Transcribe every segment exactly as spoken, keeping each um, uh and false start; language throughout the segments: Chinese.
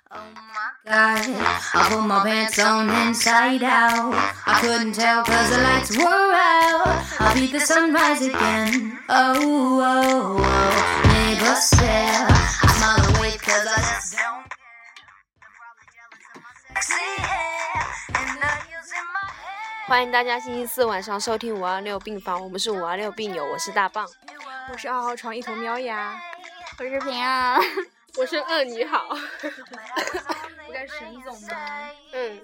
Oh my god, I put my pants on inside out. I couldn't tell cause the lights were out. I'll beat the sunrise again. Oh, oh, oh. Neighbor stare, I smile away cause I just don't. And I use in my head. 欢迎大家星期四晚上收听五二六病房，我们是五二六病友，我是大棒， 我是二号床一头喵呀， 我是平啊， 我是嗯你好， 不该沈总吗？ 嗯，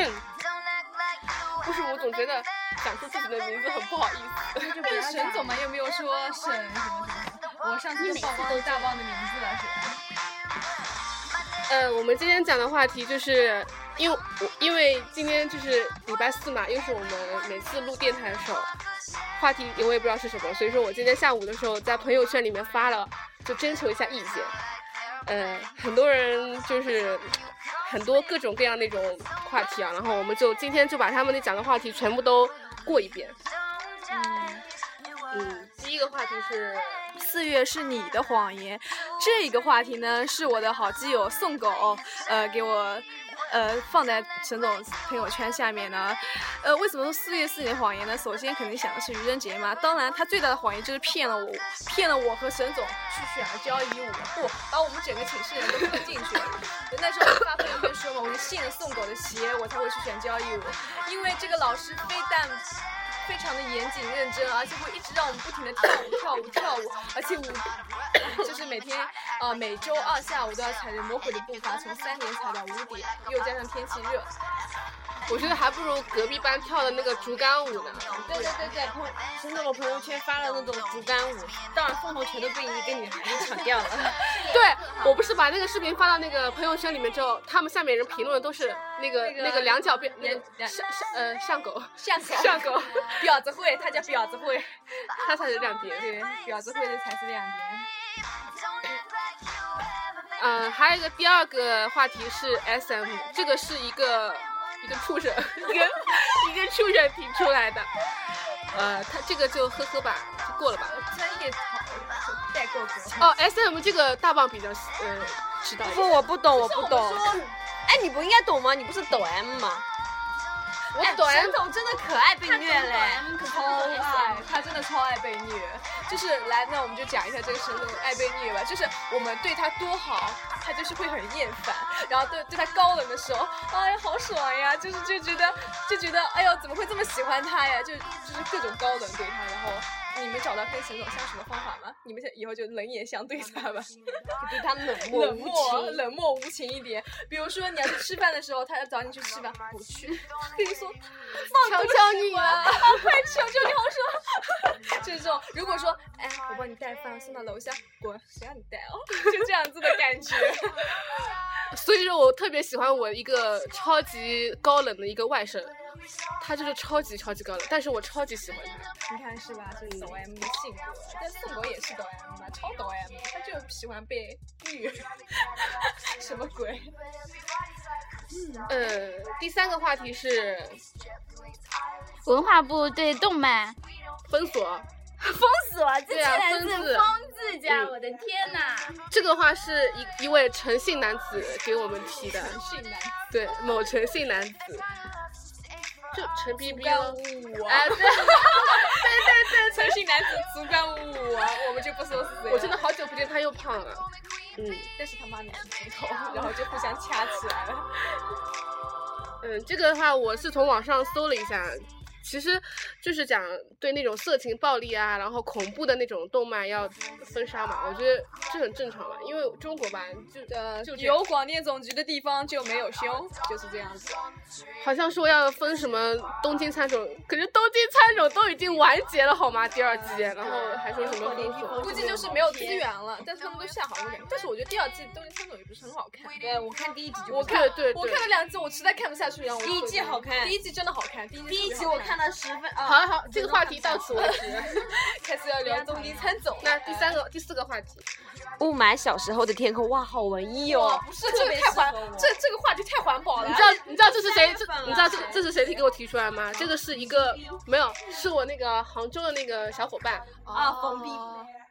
不是，我总觉得讲出自己的名字很不好意思。 那就不是沈总嘛，又没有说沈什么什么。我上次就曝光了大棒的名字了，是吧？ 呃，我们今天讲的话题就是，因为我因为今天就是礼拜四嘛，又是我们每次录电台的时候，话题我也不知道是什么，所以说我今天下午的时候在朋友圈里面发了，就征求一下意见。呃，很多人就是很多各种各样那种话题啊，然后我们就今天就把他们的讲的话题全部都过一遍。嗯嗯，第一个话题是四月是你的谎言，这个话题呢是我的好基友宋狗呃给我呃放在沈总朋友圈下面呢。呃为什么说四月是你的谎言呢？首先肯定想的是愚人节嘛，当然他最大的谎言就是骗了我骗了我和沈总去选了交谊舞，不把我们整个寝室人都骗进去了。那时候我发朋友圈说嘛，我就信了宋狗的邪，我才会去选交谊舞，因为这个老师非但非常的严谨认真，而且会一直让我们不停的跳舞跳舞跳舞，而且舞就是每天呃每周二下午都要踩着魔鬼的步伐从三点踩到五点，又加上天气热， 我觉得还不如隔壁班跳的那个竹竿舞呢。 对对对对，朋沈总的朋友圈发了那种竹竿舞，当然风头全都被一个女孩子抢掉了。 对，我不是把那个视频发到那个朋友圈里面之后，他们下面人评论的都是那个、那个、那个两脚变那个上上呃上狗上狗上狗婊子会，他叫婊子会， 他才是亮点。 对，婊子会的才是亮点。 嗯、呃，还有一个第二个话题是 S M， 这个是一个一个畜生，一个一个畜生提出来的。呃，他这个就呵呵吧，就过了吧。 专业代购哥。 哦 ，S M 这个大棒比较呃知道一点。 不，我不懂，我不懂。哎，你不应该懂吗？你不是抖 M 吗？ 我抖 M 沈总真的可爱被虐嘞， 超爱，他真的超爱被虐。就是来，那我们就讲一下这个沈总爱被虐吧。就是我们对他多好，他就是会很厌烦。然后对对他高冷的时候，哎呀好爽呀，就是就觉得就觉得哎呦怎么会这么喜欢他呀？就就是各种高冷对他。然后你们找到跟沈总相处的方法吗？你们以后就冷眼相对他吧， 对他冷漠冷漠冷漠无情一点。比如说你要去吃饭的时候，他要找你去吃饭，不去，跟你说求求你了， 啊快求求你好说，就是这种。如果说哎我帮你带饭送到楼下，滚，谁让你带哦，就这样子的感觉。 所以说我特别喜欢我一个超级高冷的一个外甥，他就是超级超级高冷，但是我超级喜欢他。 你看是吧？这是抖 M 的性格，但宋狗也是抖 M 嘛，超抖 M， 他就喜欢被虐，什么鬼？ 呃，第三个话题是文化部对动漫封锁。 封锁，这竟然是封字家，我的天哪！ 这个话是一一位诚信男子给我们提的， 诚信男子， 对，某诚信男子，就陈逼逼了， 五啊， 哎，对，对对对， 诚信男子足干五啊，我们就不说死。 我真的好久不见他又胖了，嗯， 但是他妈你是猪头，然后就互相掐起来了。 嗯，这个的话我是从网上搜了一下。其实就是讲对那种色情暴力啊，然后恐怖的那种动漫要封杀嘛，我觉得这很正常嘛，因为中国吧就呃就有广电总局的地方就没有凶，就是这样子。 好像说要分什么东京喰种，可是东京喰种都已经完结了好吗？第二季，然后还说什么封锁， 估计就是没有资源了，但是他们都下好了感觉。但是我觉得第二季东京喰种也不是很好看。 对，我看第一集就我看对对我看了两集，我实在看不下去，然后第一季好看， 第一季真的好看，第一季第一集我看了十分。 哦、 好了好，这个话题到此为止， 开始要聊东京喰种。 那第三个、第四个话题， 雾霾小时候的天空，哇，好文艺哦！ 不是这个太环，这这个话题太环保了。 你知道你知道这是谁？这你知道这这是谁给我提出来吗？这个是一个没有，是我那个杭州的那个小伙伴啊，封闭。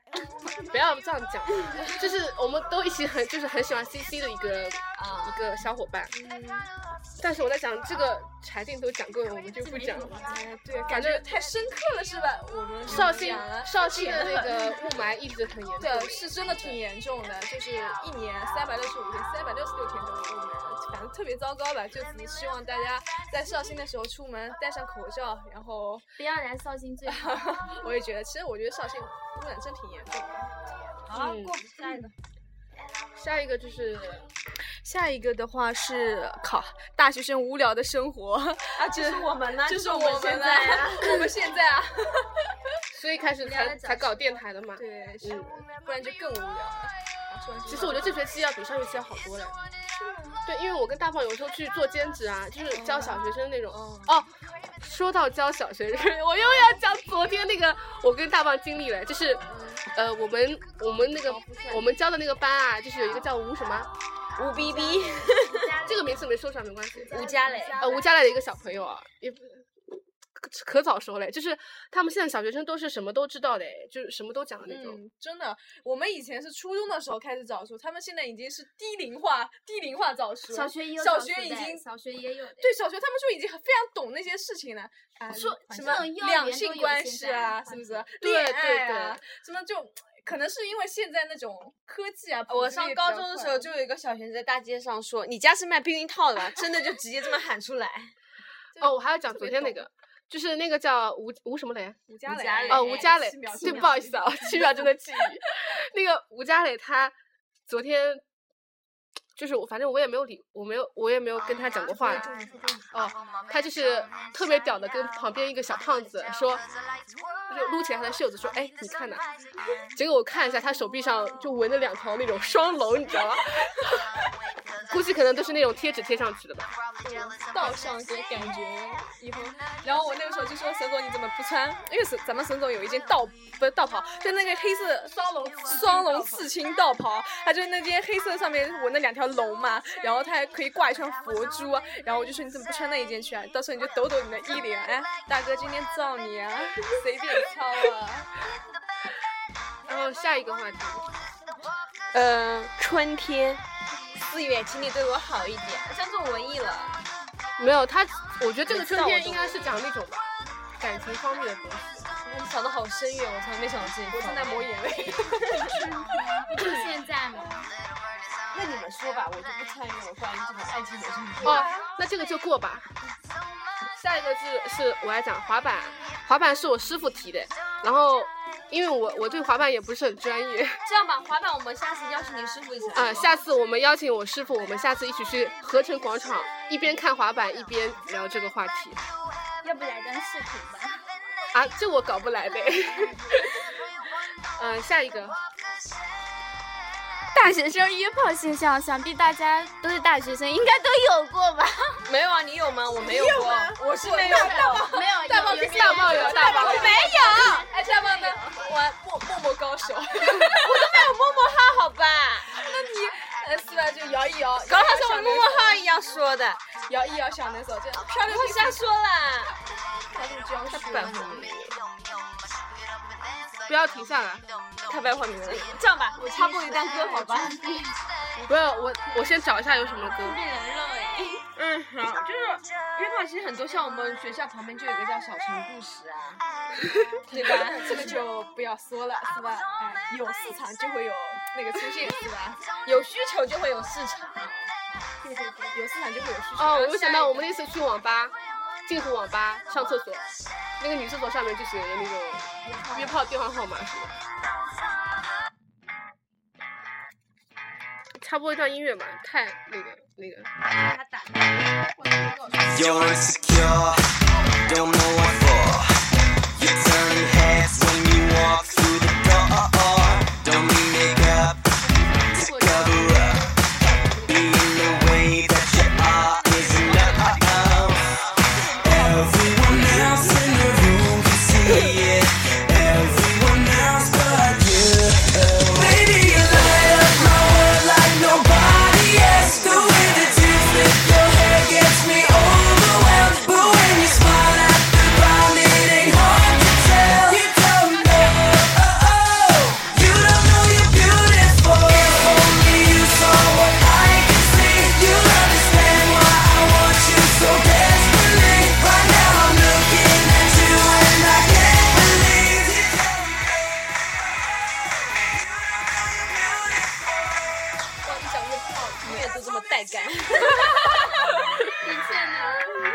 不要这样讲，就是我们都一起很就是很喜欢 C C 的一个、啊、一个小伙伴。嗯，但是我在讲这个柴静都讲过了，我们就不讲了。 哎，对，感觉太深刻了是吧？我们绍兴绍兴的那个雾霾一直很严重， 对，是真的挺严重的，就是一年三百六十五天，三百六十六天都是雾霾，反正特别糟糕吧。就只希望大家在绍兴的时候出门戴上口罩，然后不要来绍兴最好。 我也觉得，其实我觉得绍兴污染真挺严重的。 好，过下一个。 下一个就是下一个的话是靠大学生无聊的生活啊，就是我们呢， 就是我们现在啊，我们现在啊， 所以开始才才搞电台的嘛。 对，是，嗯、不然就更无聊了。 其实我觉得这学期要比上学期要好多了。对，因为我跟大胖有时候去做兼职啊，就是教小学生那种。哦，哦说到教小学生，我又要讲昨天那个我跟大胖经历了，就是。呃，我们我们那个我们教的那个班啊，就是有一个叫吴什么吴 B B， 这个名字没说上没关系。 吴佳磊， 呃，吴佳磊的一个小朋友啊，也可早熟嘞，就是他们现在小学生都是什么都知道的，就是什么都讲的那种。 嗯，真的，我们以前是初中的时候开始早熟，他们现在已经是低龄化低龄化早熟。 小学也有， 小学已经小学也有。 对，小学他们就已经非常懂那些事情了。啊，说什么两性关系啊，是不是？ 对对对， 什么就。可能是因为现在那种科技啊， 我上高中的时候就有一个小学生在大街上说：“你家是卖避孕套的吧？”真的就直接这么喊出来。 哦，我还要讲昨天那个，就是那个叫吴吴什么磊， 吴佳磊。 哦，吴佳磊，对，不好意思啊，七秒钟的记忆。那个吴佳磊他昨天。就是我，反正我也没有理，我没有，我也没有跟他讲过话。哦，他就是特别屌的，跟旁边一个小胖子说，就撸起来他的袖子说：“哎，你看呐。”结果我看一下，他手臂上就纹了两条那种双龙，你知道吗？估计可能都是那种贴纸贴上去的吧。 道上给感觉以后，然后我那个时候就说：“沈总你怎么不穿？因为沈咱们沈总有一件道不是道袍，就那个黑色双龙双龙刺青道袍，他就那件黑色上面纹了两条。”龙嘛，然后他还可以挂一串佛珠，然后我就说你怎么不穿那一件去啊？到时候你就抖抖你的衣领，哎，大哥今天造你啊，随便敲啊。 然后下一个话题， 呃，春天，四月，请你对我好一点，像这种文艺了。 没有他，我觉得这个春天应该是讲那种感情方面的东西。 你想得好深远，我从来没想到这一块。 我正在抹眼泪。 不是现在吗？ 那你们说吧，我就不参与了。关于这种爱情的事情。 哦，那这个就过吧。下一个是是我来讲滑板，滑板是我师傅提的，然后因为我我对滑板也不是很专业。 这样吧，滑板我们下次邀请你师傅一起来。 啊、呃，下次我们邀请我师傅，我们下次一起去合成广场，一边看滑板一边聊这个话题。 要不来段视频吧？ 啊，这我搞不来的。嗯、呃，下一个。 大学生约炮现象，想必大家都是大学生，应该都有过吧？ 没有啊，你有吗？我没有过，我是没有过。 没有， 大棒有，大棒有，大棒没有。哎，大棒呢？我默默默高手，我都没有默默号，好吧？ 那你呃是吧？就摇一摇， 刚才是我默默号一样说的， 摇一摇小能手，这样漂亮。 我瞎说了， 他这个这样太白话名了。 不要停下来， 太白话名了。这样吧，我插播一段歌，好吧？ 不要，我我先找一下有什么歌。 变人了哎。嗯，好，就是约炮，其实很多，像我们学校旁边就有个叫小城故事啊， 对吧？这个就不要说了，是吧？哎，有市场就会有那个出现，是吧？ 有需求就会有市场。 对对对，有市场就会有需求。 哦，我又想到我们那次去网吧，镜湖网吧上厕所，那个女厕所上面就写的那种约炮电话号码什么。插播一段音乐嘛，太那个那个。You're insecure, don't know what for. You turn heads when you walk through the door. Don't need makeup to cover up. Being the way that you are is enough. Everyone else in the room can see it. Everyone else but you. Baby, you light up my world like nobody else. The way that you flip your hair gets me overwhelmed. But when you smile at the ground, it ain't hard to tell. 么带感。 的确呢。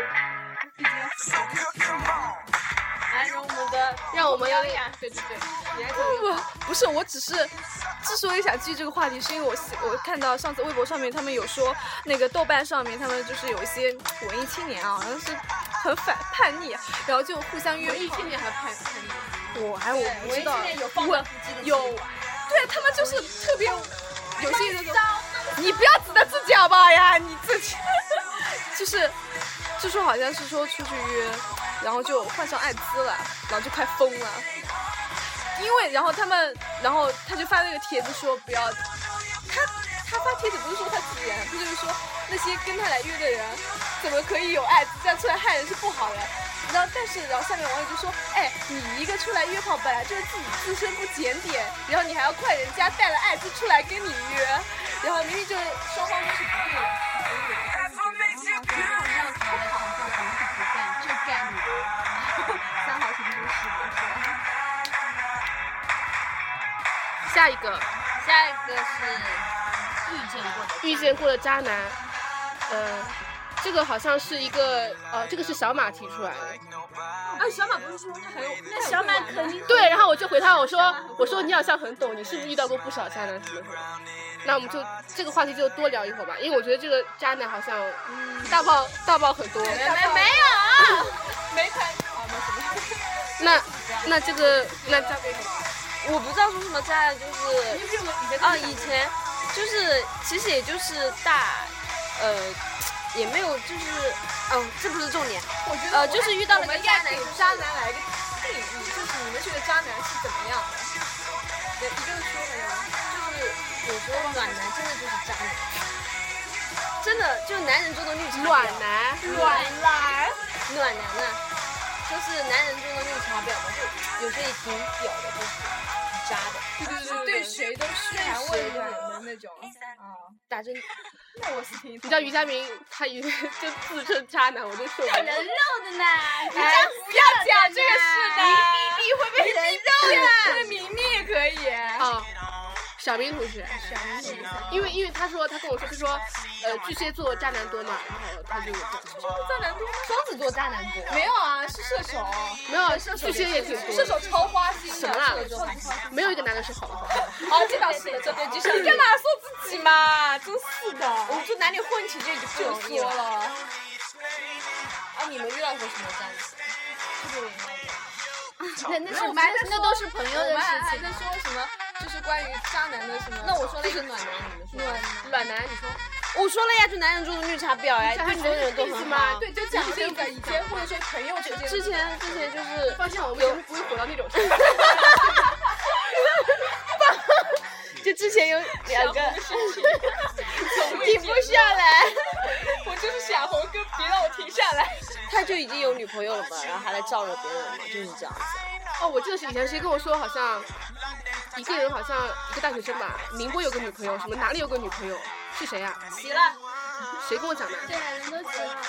来，让我们的让我们要呀， 对对对，你来不不不是，我只是之所以想继续这个话题，是因为我我看到上次微博上面他们有说，那个豆瓣上面他们就是有一些文艺青年啊，好像是很反叛逆，然后就互相约文艺青年还叛叛逆。 我还我不知道， 有放荡不羁的有，对他们就是特别有些那种，你不要指着自己好不好呀？你自己就是就说好像是说出去约，然后就患上艾滋了，然后就快疯了。因为然后他们，然后他就发那个帖子说不要，他他发帖子不是说他自己人，他就是说那些跟他来约的人怎么可以有艾滋，这样出来害人是不好的。然后但是然后下面网友就说，哎，你一个出来约炮本来就是自己自身不检点，然后你还要怪人家带了艾滋出来跟你约，然后明明就是双方都是不对的。 下一个， 下一个是遇见过的遇见过的渣男，呃，这个好像是一个，呃，这个是小马提出来的。 啊，小马不是说他很有， 那小马肯定对，然后我就回他，我说，我说你好像很懂，你是不是遇到过不少渣男什么什么？那我们就这个话题就多聊一会儿吧，因为我觉得这个渣男好像大爆大爆很多。 没没有， 没谈啊，没什么。 那那这个那交给你。 我不知道说什么渣男，就是啊，以前就是其实也就是大，呃，也没有就是，哦，这不是重点。 我觉得呃，就是遇到了个渣男， 渣男来一个定义，就是你们觉得渣男是怎么样的？对，一个人说了呀， 就是有时候暖男真的就是渣男，真的就是男人中的绿茶婊。 暖男， 暖男， 暖男呐，就是男人中的绿茶婊嘛，就有时候也挺婊的，就是。渣的， 对对对，对谁都嘘寒问暖的那种啊， 打针。 那我是听。 你知道于佳明他以为就自称渣男，我就受不了。 人肉的呢， 你真不要讲这个事的，明明会被人肉呀，这明明也可以啊。小明同学， 小明同学， 因为因为他说他跟我说，他说呃巨蟹座渣男多嘛，然后他就渣男多吗？ 双子座渣男多。 没有啊，是射手。 没有，巨蟹也挺多。 射手超花心。 什么啦？没有一个男的是好的。 哦，这倒是的，这对就是。你干嘛说自己嘛？真是的。我们就男女混一起就已经不容易了。啊， 你们遇到过什么渣男？ 这个那那是那都是朋友的事情。 在说什么？就是关于渣男的什么？ 那我说了一个暖男，你们说。 暖暖男，你说。 我说了呀，就男人中的绿茶婊呀，对所有人都很好。 对，就讲这个以前或者说朋友之间。 之前之前就是。 放心，我们不会火到那种程度。 就之前有两个。 停不下来。我就是小红哥，别让我停下来。 他就已经有女朋友了嘛，然后还来招惹别人嘛，就是这样子。 哦，我记得是以前谁跟我说，好像一个人好像一个大学生吧，宁波有个女朋友，什么哪里有个女朋友，是谁呀、啊？ 齐了。 谁跟我讲的？ 对，人都齐了。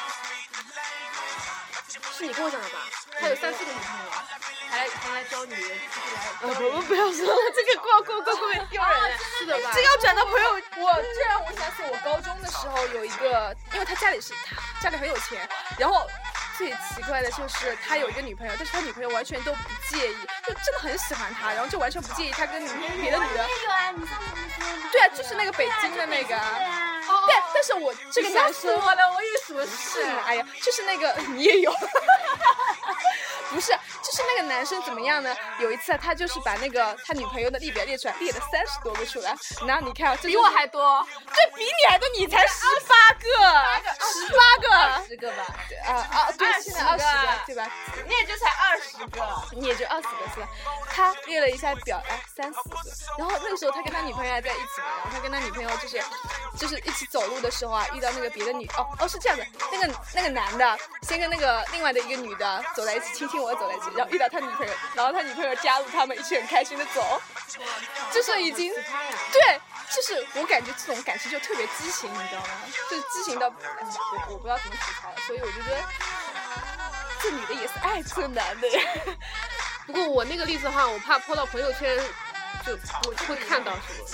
是你跟我讲的吧？他有三四个女朋友，还来还来招女人，就是来。 呃，不不要说了，这个过过过过丢人。 是的吧？ 这个要转到朋友，我这让我想起我高中的时候有一个，因为他家里是他家里很有钱，然后。最奇怪的就是他有一个女朋友，但是他女朋友完全都不介意，就真的很喜欢他，然后就完全不介意他跟别的女的。 也有啊，你上次不是？ 对啊，就是那个北京的那个。对啊。对，但是我这个男生。 我了，我以为什么事？ 哎呀，就是那个你也有。不是，就是那个男生怎么样呢？有一次他就是把那个他女朋友的列表列出来，列了三十多个出来，然后你看， 比我还多， 对，比你还多，你才十八个，十八个， 十个吧？ 对啊啊，对，现在二十个，对吧？ 你也就才二十个， 你也就二十个是吧？他列了一下表，哎，三四个。然后那个时候他跟他女朋友还在一起嘛，然后他跟他女朋友就是就是一起走路的时候啊，遇到那个别的女，哦哦是这样的，那个那个男的先跟那个另外的一个女的走在一起，亲亲我走在一起，然后遇到他女朋友，然后他女朋友加入他们一起很开心的走，就是已经对，就是我感觉这种感情就特别畸形，你知道吗？就是畸形到、嗯、我我不知道怎么吐槽，所以我就觉得这女的也是爱这男的呀。 不过我那个例子的话，我怕抛到朋友圈就我就会看到什么。 他们应该不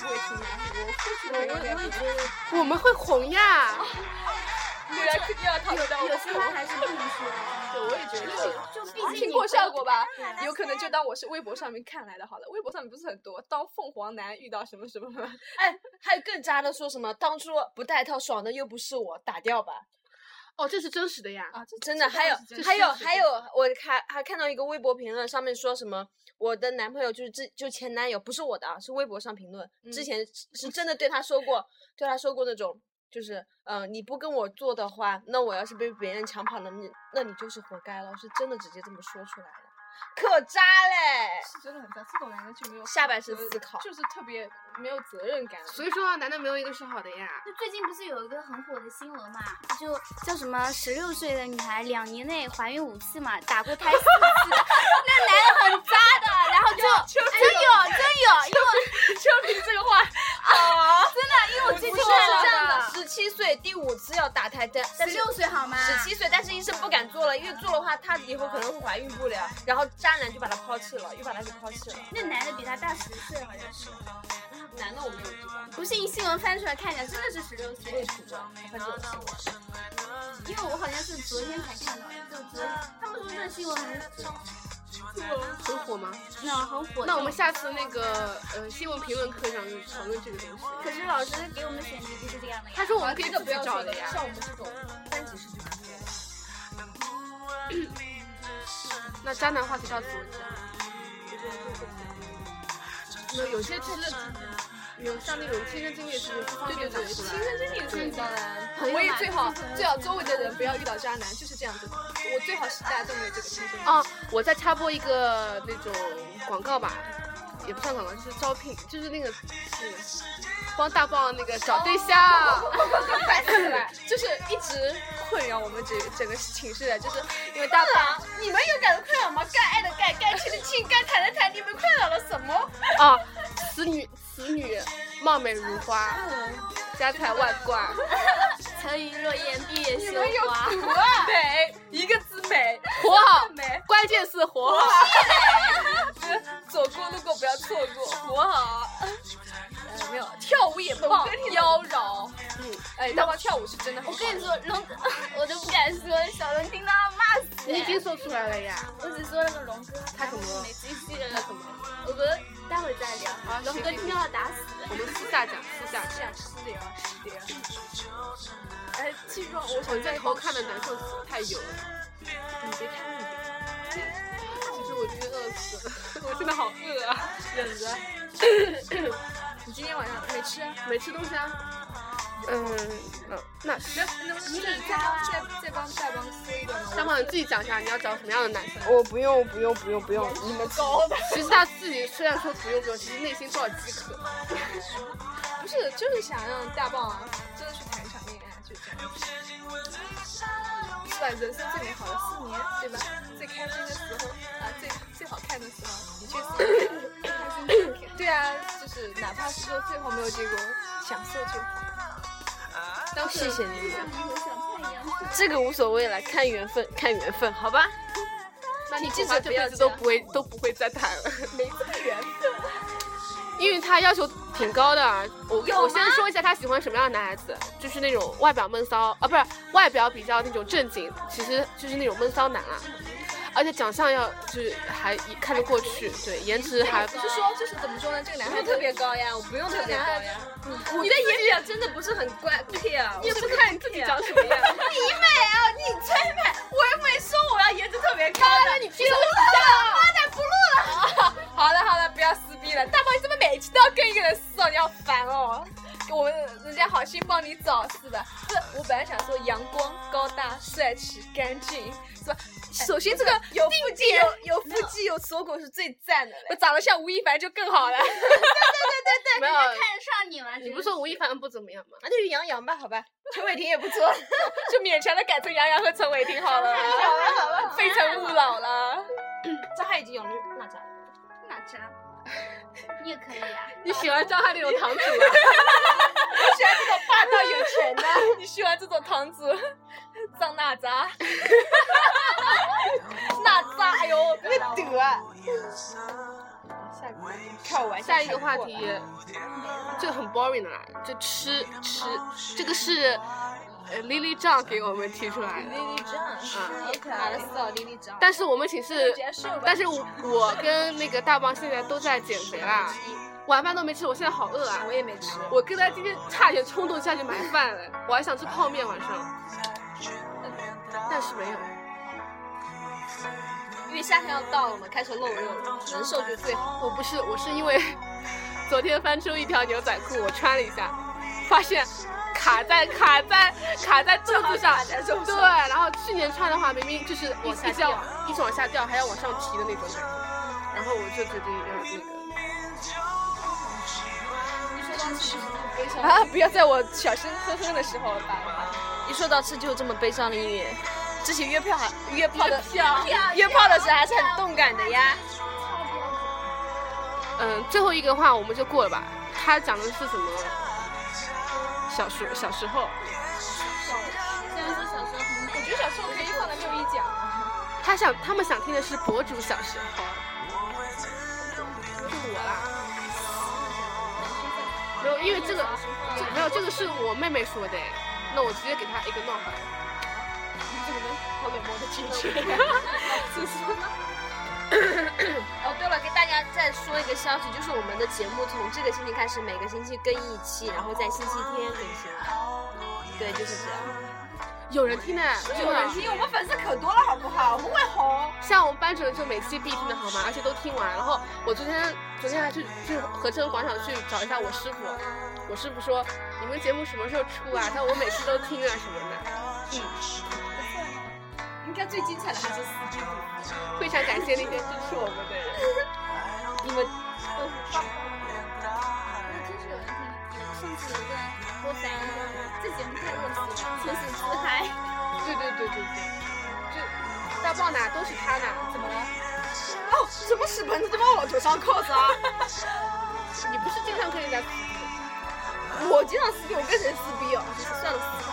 不会听的，我付出我的应该不会。 我们会红呀。 未来肯定要讨论到我有些他还是不能说的。 对，我也觉得就毕竟听过效果吧，有可能就当我是微博上面看来的好了。微博上面不是很多，当凤凰男遇到什么什么吗？ 哎，还有更渣的，说什么当初不带套爽的又不是我，打掉吧。 哦，这是真实的呀。 啊，这真的，还有还有还有，我还还看到一个微博评论，上面说什么我的男朋友就是之就前男友，不是我的啊，是微博上评论， 嗯之前是真的对他说过，对他说过那种。就是，嗯、呃，你不跟我做的话，那我要是被别人抢跑了，你那你就是活该了，是真的直接这么说出来了，可渣嘞！ 是真的很渣，这种男的就没有下半身思考， 就是特别没有责任感。 所以说，男的没有一个是好的呀。 那最近不是有一个很火的新闻嘛，就叫什么十六岁的女孩两年内怀孕五次嘛，打过胎四次，那男的很渣的，然后就真有真有，因为就凭这个话啊， 真的，因为我最近不是看这样的， 了十七岁第五次要打胎的， 十六岁好吗？ 十七岁，但是医生不敢做了，因为做的话，她以后可能会怀孕不了，然后渣男就把她抛弃了，又把她给抛弃了。 那男的比他大十岁，好像是。 男的我没有知道， 不信新闻翻出来看一下，真的是十六岁。 我也不知道，我看这种新闻。 因为我好像是昨天才看到的，就昨天他们说这个新闻还是很火吗？ 那很火。 那我们下次那个呃新闻评论课上就讨论这个东西。 可是老师给我们选题不是这样的呀。 他说我们可以这个自不要说的己找的呀。 像我们这种班级是这样的。 那渣男话题到此为止。那有些其实有像那种亲身经历的事情不方便讲出来。 亲身经历的事情当然， 朋友嘛我也最好最好周围的人不要遇到渣男，就是这样子。我最好是大家都没有这个亲身经历。 哦，我再插播一个那种广告吧，也不算广告，就是招聘，就是那个那个帮大棒那个找对象。 烦死了，就是一直困扰我们整整个寝室的，就是因为大棒， 你们有感到困扰吗？该爱的该，该亲的亲，该谈的谈，你们困扰了什么？ 啊，此女此女貌美如花，家财万贯。 沉鱼落雁，闭月羞花。 美，一个字美， 活好， 美， 关键是活好。 走过路过不要错过，活好。呃，没有，跳舞也棒，妖娆。嗯，哎，大棒跳舞是真的很好。 我跟你说，龙哥，我都不敢说，小龙听到要骂死。 你已经说出来了呀。 我只说那个龙哥， 他怎么了？ 没继续了。 他怎么了？ 我们待会再聊。 好， 龙哥听到要打死。 我们私下讲，私下讲。 是的呀，是的呀。哎，其实我我想在这头看的难受死，太油了。 你别看，你别看。 其实我今天饿死了，我真的好饿啊， 忍着。你今天晚上没吃啊？ 没吃东西啊。嗯，那那你再帮再再帮再帮说一段吗？ 大棒你自己讲一下，你要找什么样的男生？ 我不用不用不用不用，你们高的。 其实他自己虽然说不用不用，其实内心多少饥渴。 不是，就是想让大棒啊，真的去谈一场恋爱，就这样。是吧？人生最美好的四年，对吧？最开心的时候啊，最最好看的时候，你去四年开心的片。对啊，就是哪怕是说最后没有结果，享受就好。 当时谢谢你们， 和小菜一样。 这个无所谓了，看缘分，看缘分，好吧？ 那你记恐怕这着不要辈子都不会都不会再谈了， 没这个缘分。 因为他要求挺高的啊。我有吗我先说一下他喜欢什么样的男孩子，就是那种外表闷骚啊，不是外表比较那种正经，其实就是那种闷骚男啊。而且长相要就是还看得过去，对，颜值还是说就是怎么说呢？这个男孩特别高呀，我不用特别高呀。 我的颜表真的不是很怪漂， 你也不看你自己长什么样。 你美啊，你真美！我又没说我要颜值特别高的， 你凭什么讲？ 妈的，不录了。 好了好了，不要撕逼了。大宝，你怎么每期都要跟一个人撕哦？你好烦哦。我人家好心帮你找是吧？不是，我本来想说阳光、高大、帅气、干净，是吧？首先这个有腹肌、有有腹肌、有锁骨是最赞的我长得像吴亦凡就更好了。 对对对对对， 没有人家看得上你了。 你不是说吴亦凡不怎么样吗？ 那就杨洋吧，好吧。陈伟霆也不错， 就勉强的改成杨洋和陈伟霆好了。 好了好了， 非诚勿扰了。 这他已经有了，那咋？ 哪吒？你也可以啊。 你喜欢张翰那种堂主啊？ 我喜欢这种霸道有钱的。你喜欢这种堂主？张哪吒？哪吒？哎呦，别得啊！ 下个开我玩笑。 下一个话题，这个很 boring 的啦，就吃吃，这个是呃 Lily Zhang 给我们提出来的。 Lily Zhang， OK， 好了，知道 Lily Zhang。 但是我们寝室，但是我我跟那个大邦现在都在减肥啦，晚饭都没吃，我现在好饿啊！ 我也没吃。 我跟他今天差点冲动下去买饭了，我还想吃泡面晚上，但是没有。 因为夏天要到了嘛，开始露肉了，能瘦就最好。 我不是，我是因为昨天翻出一条牛仔裤，我穿了一下，发现卡在卡在卡在肚子上，对，然后去年穿的话，明明就是一一直要一直往下掉，还要往上提的那种感觉，然后我就决定要那个。 啊！不要在我小声哼哼的时候打他。 一说到吃就这么悲伤的音乐，之前约票还约炮的票约炮的时候还是很动感的呀。 嗯，最后一个话我们就过了吧。他讲的是什么？小时小时候。 虽然说小时候，我觉得小时候可以放在六一讲。 他想，他们想听的是博主小时候。就我啦。没有，因为这个，这没有，这个是我妹妹说的，那我直接给她一个闹好了。 你怎么能好冷漠的拒绝？是不是？ 哦，对了，给大家再说一个消息，就是我们的节目从这个星期开始，每个星期更一期，然后在星期天更新。对，就是这样。 有人听呢， 有人听，我们粉丝可多了，好不好？我们会红。 像我们班主任就每期必听的好吗？而且都听完。然后我昨天昨天还去去合成广场去找一下我师傅，我师傅说你们节目什么时候出啊？他说我每次都听啊什么的。嗯， 应该最精彩的还是四 G 部。 非常感谢那些支持我们的人， 你们都是棒。真是有人听，上次有个人给我反映说这节目太热死了，纯属自嗨。 对对对对对，就大爆呢都是他呢，怎么了？ 哦，什么屎盆子都往我头上扣着啊！ 你不是经常跟人家撕逼？ 我经常撕逼，我跟谁撕逼哦？算了，撕。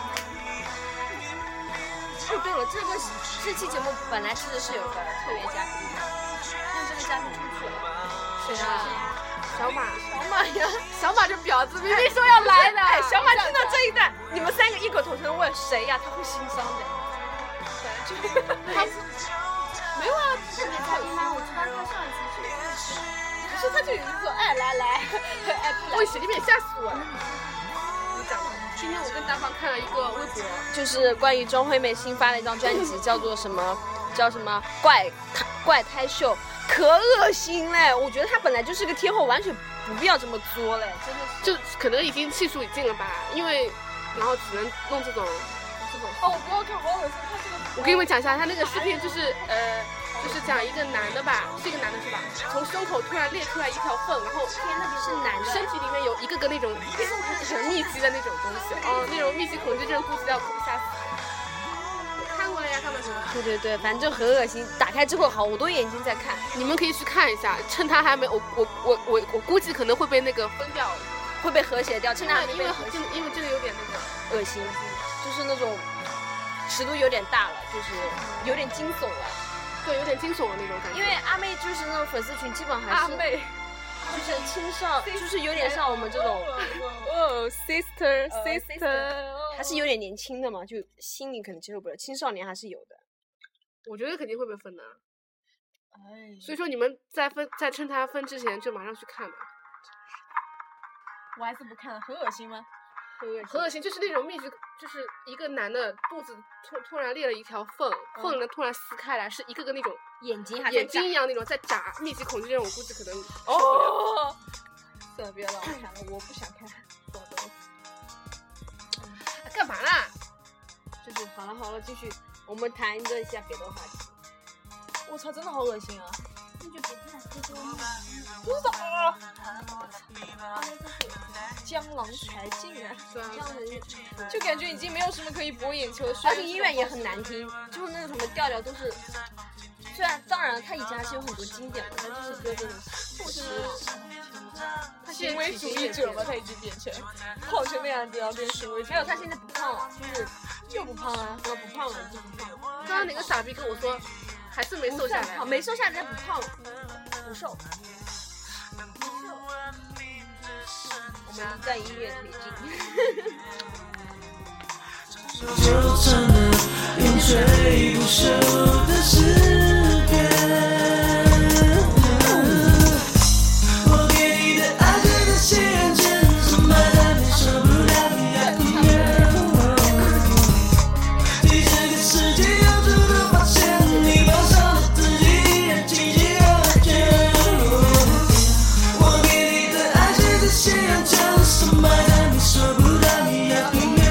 哦，对了，这个这期节目本来其实是有个特别嘉宾的，但这个嘉宾出去了。 谁啊？小马。 小马呀， 小马这婊子明明说要来的。 哎，小马听到这一段，你们三个异口同声问谁呀？他会心伤的。 他没有啊， 特别嘉宾吗？我知道他上一次去， 可是他就有一说，哎来来，哎不来，我洗里面吓死我了。你讲吧。今天我跟大方看了一个微博， 就是关于庄惠美新发的一张专辑，叫做什么？叫什么怪怪胎秀，可恶心嘞！我觉得她本来就是个天后，完全不必要这么作嘞，真的是。 就可能已经气数已尽了吧，因为然后只能弄这种这种。 哦，我不要看，好恶心！他这个。 我给你们讲一下，他那个视频就是呃。就是讲一个男的吧，是一个男的是吧？从胸口突然裂出来一条缝，然后天，那不是男的， 身体里面有一个个那种很密集的那种东西，哦，那种密集恐惧症估计要吓死。看过了呀，看过什么？ 对对对，反正就很恶心。打开之后，好多眼睛在看， 你们可以去看一下，趁他还没，我我我我我估计可能会被那个分掉， 会被和谐掉，趁他还没被和谐， 因为这个有点那个恶心，就是那种尺度有点大了，就是有点惊悚了。 对，有点惊悚的那种感觉。 因为阿妹就是那种粉丝群，基本还是阿妹， 就是青少，就是有点像我们这种， 哦 ，sister sister， 还是有点年轻的嘛，就心里可能接受不了，青少年还是有的。 我觉得肯定会被分的。 哎， 所以说你们在分在趁他分之前就马上去看吧。 我还是不看了，很恶心吗？ 很恶心，就是那种密集，就是一个男的肚子突突然裂了一条缝，嗯、缝呢突然撕开来，是一个个那种眼睛还眼睛一样那种在眨，密集恐惧症我估计可能受不了。 哦，算了，别让我看了，我不想看。走走。 干嘛啦？ 就是好了好了，继续，我们谈一下别的话题。 我操，真的好恶心啊！ 那就别看，多多嘛。 不知道啊。江郎才尽啊， 对啊， 就感觉已经没有什么可以博眼球的， 而且音乐也很难听，就是那种什么调调都是，虽然当然他以前还是有很多经典的，但就是歌真的不是， 他行为主义者嘛，他已经变成，胖成那样子要变行为主义， 没有他现在不胖了，就是又不胖了，又不胖了，就不胖了。 刚刚哪个傻逼跟我说，还是没瘦下来， 没瘦下来，不胖了，不瘦。 我们在音乐推进。 就成了永垂不朽的诗篇。我给你的爱对的信任，真是买单你受不了的遥远。对这个世界有主的发现，你放上了自己，让奇迹和解。我给你的爱对的信任，真是买单你受不了的遥远。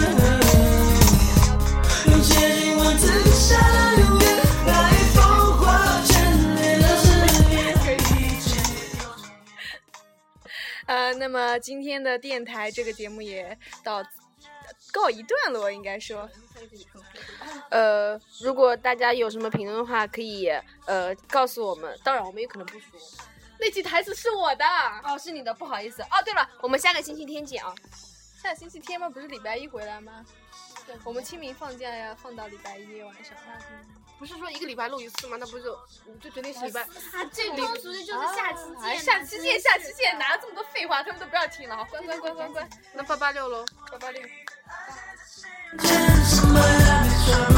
呃，那么今天的电台这个节目也到告一段落，应该说。 呃，如果大家有什么评论的话，可以呃告诉我们。当然，我们也可能不说。 那句台词是我的。 哦，是你的，不好意思。哦，对了，我们下个星期天见啊。 下个星期天吗？不是礼拜一回来吗？对，我们清明放假呀，放到礼拜一晚上。 不是说一个礼拜录一次吗？那不就你就决定是礼拜？ 啊，最高属的就是下期见、 哎，下期见，下期见！哪有这么多废话，他们都不要听了，好，关关关关关。 那八八六喽， 八八六。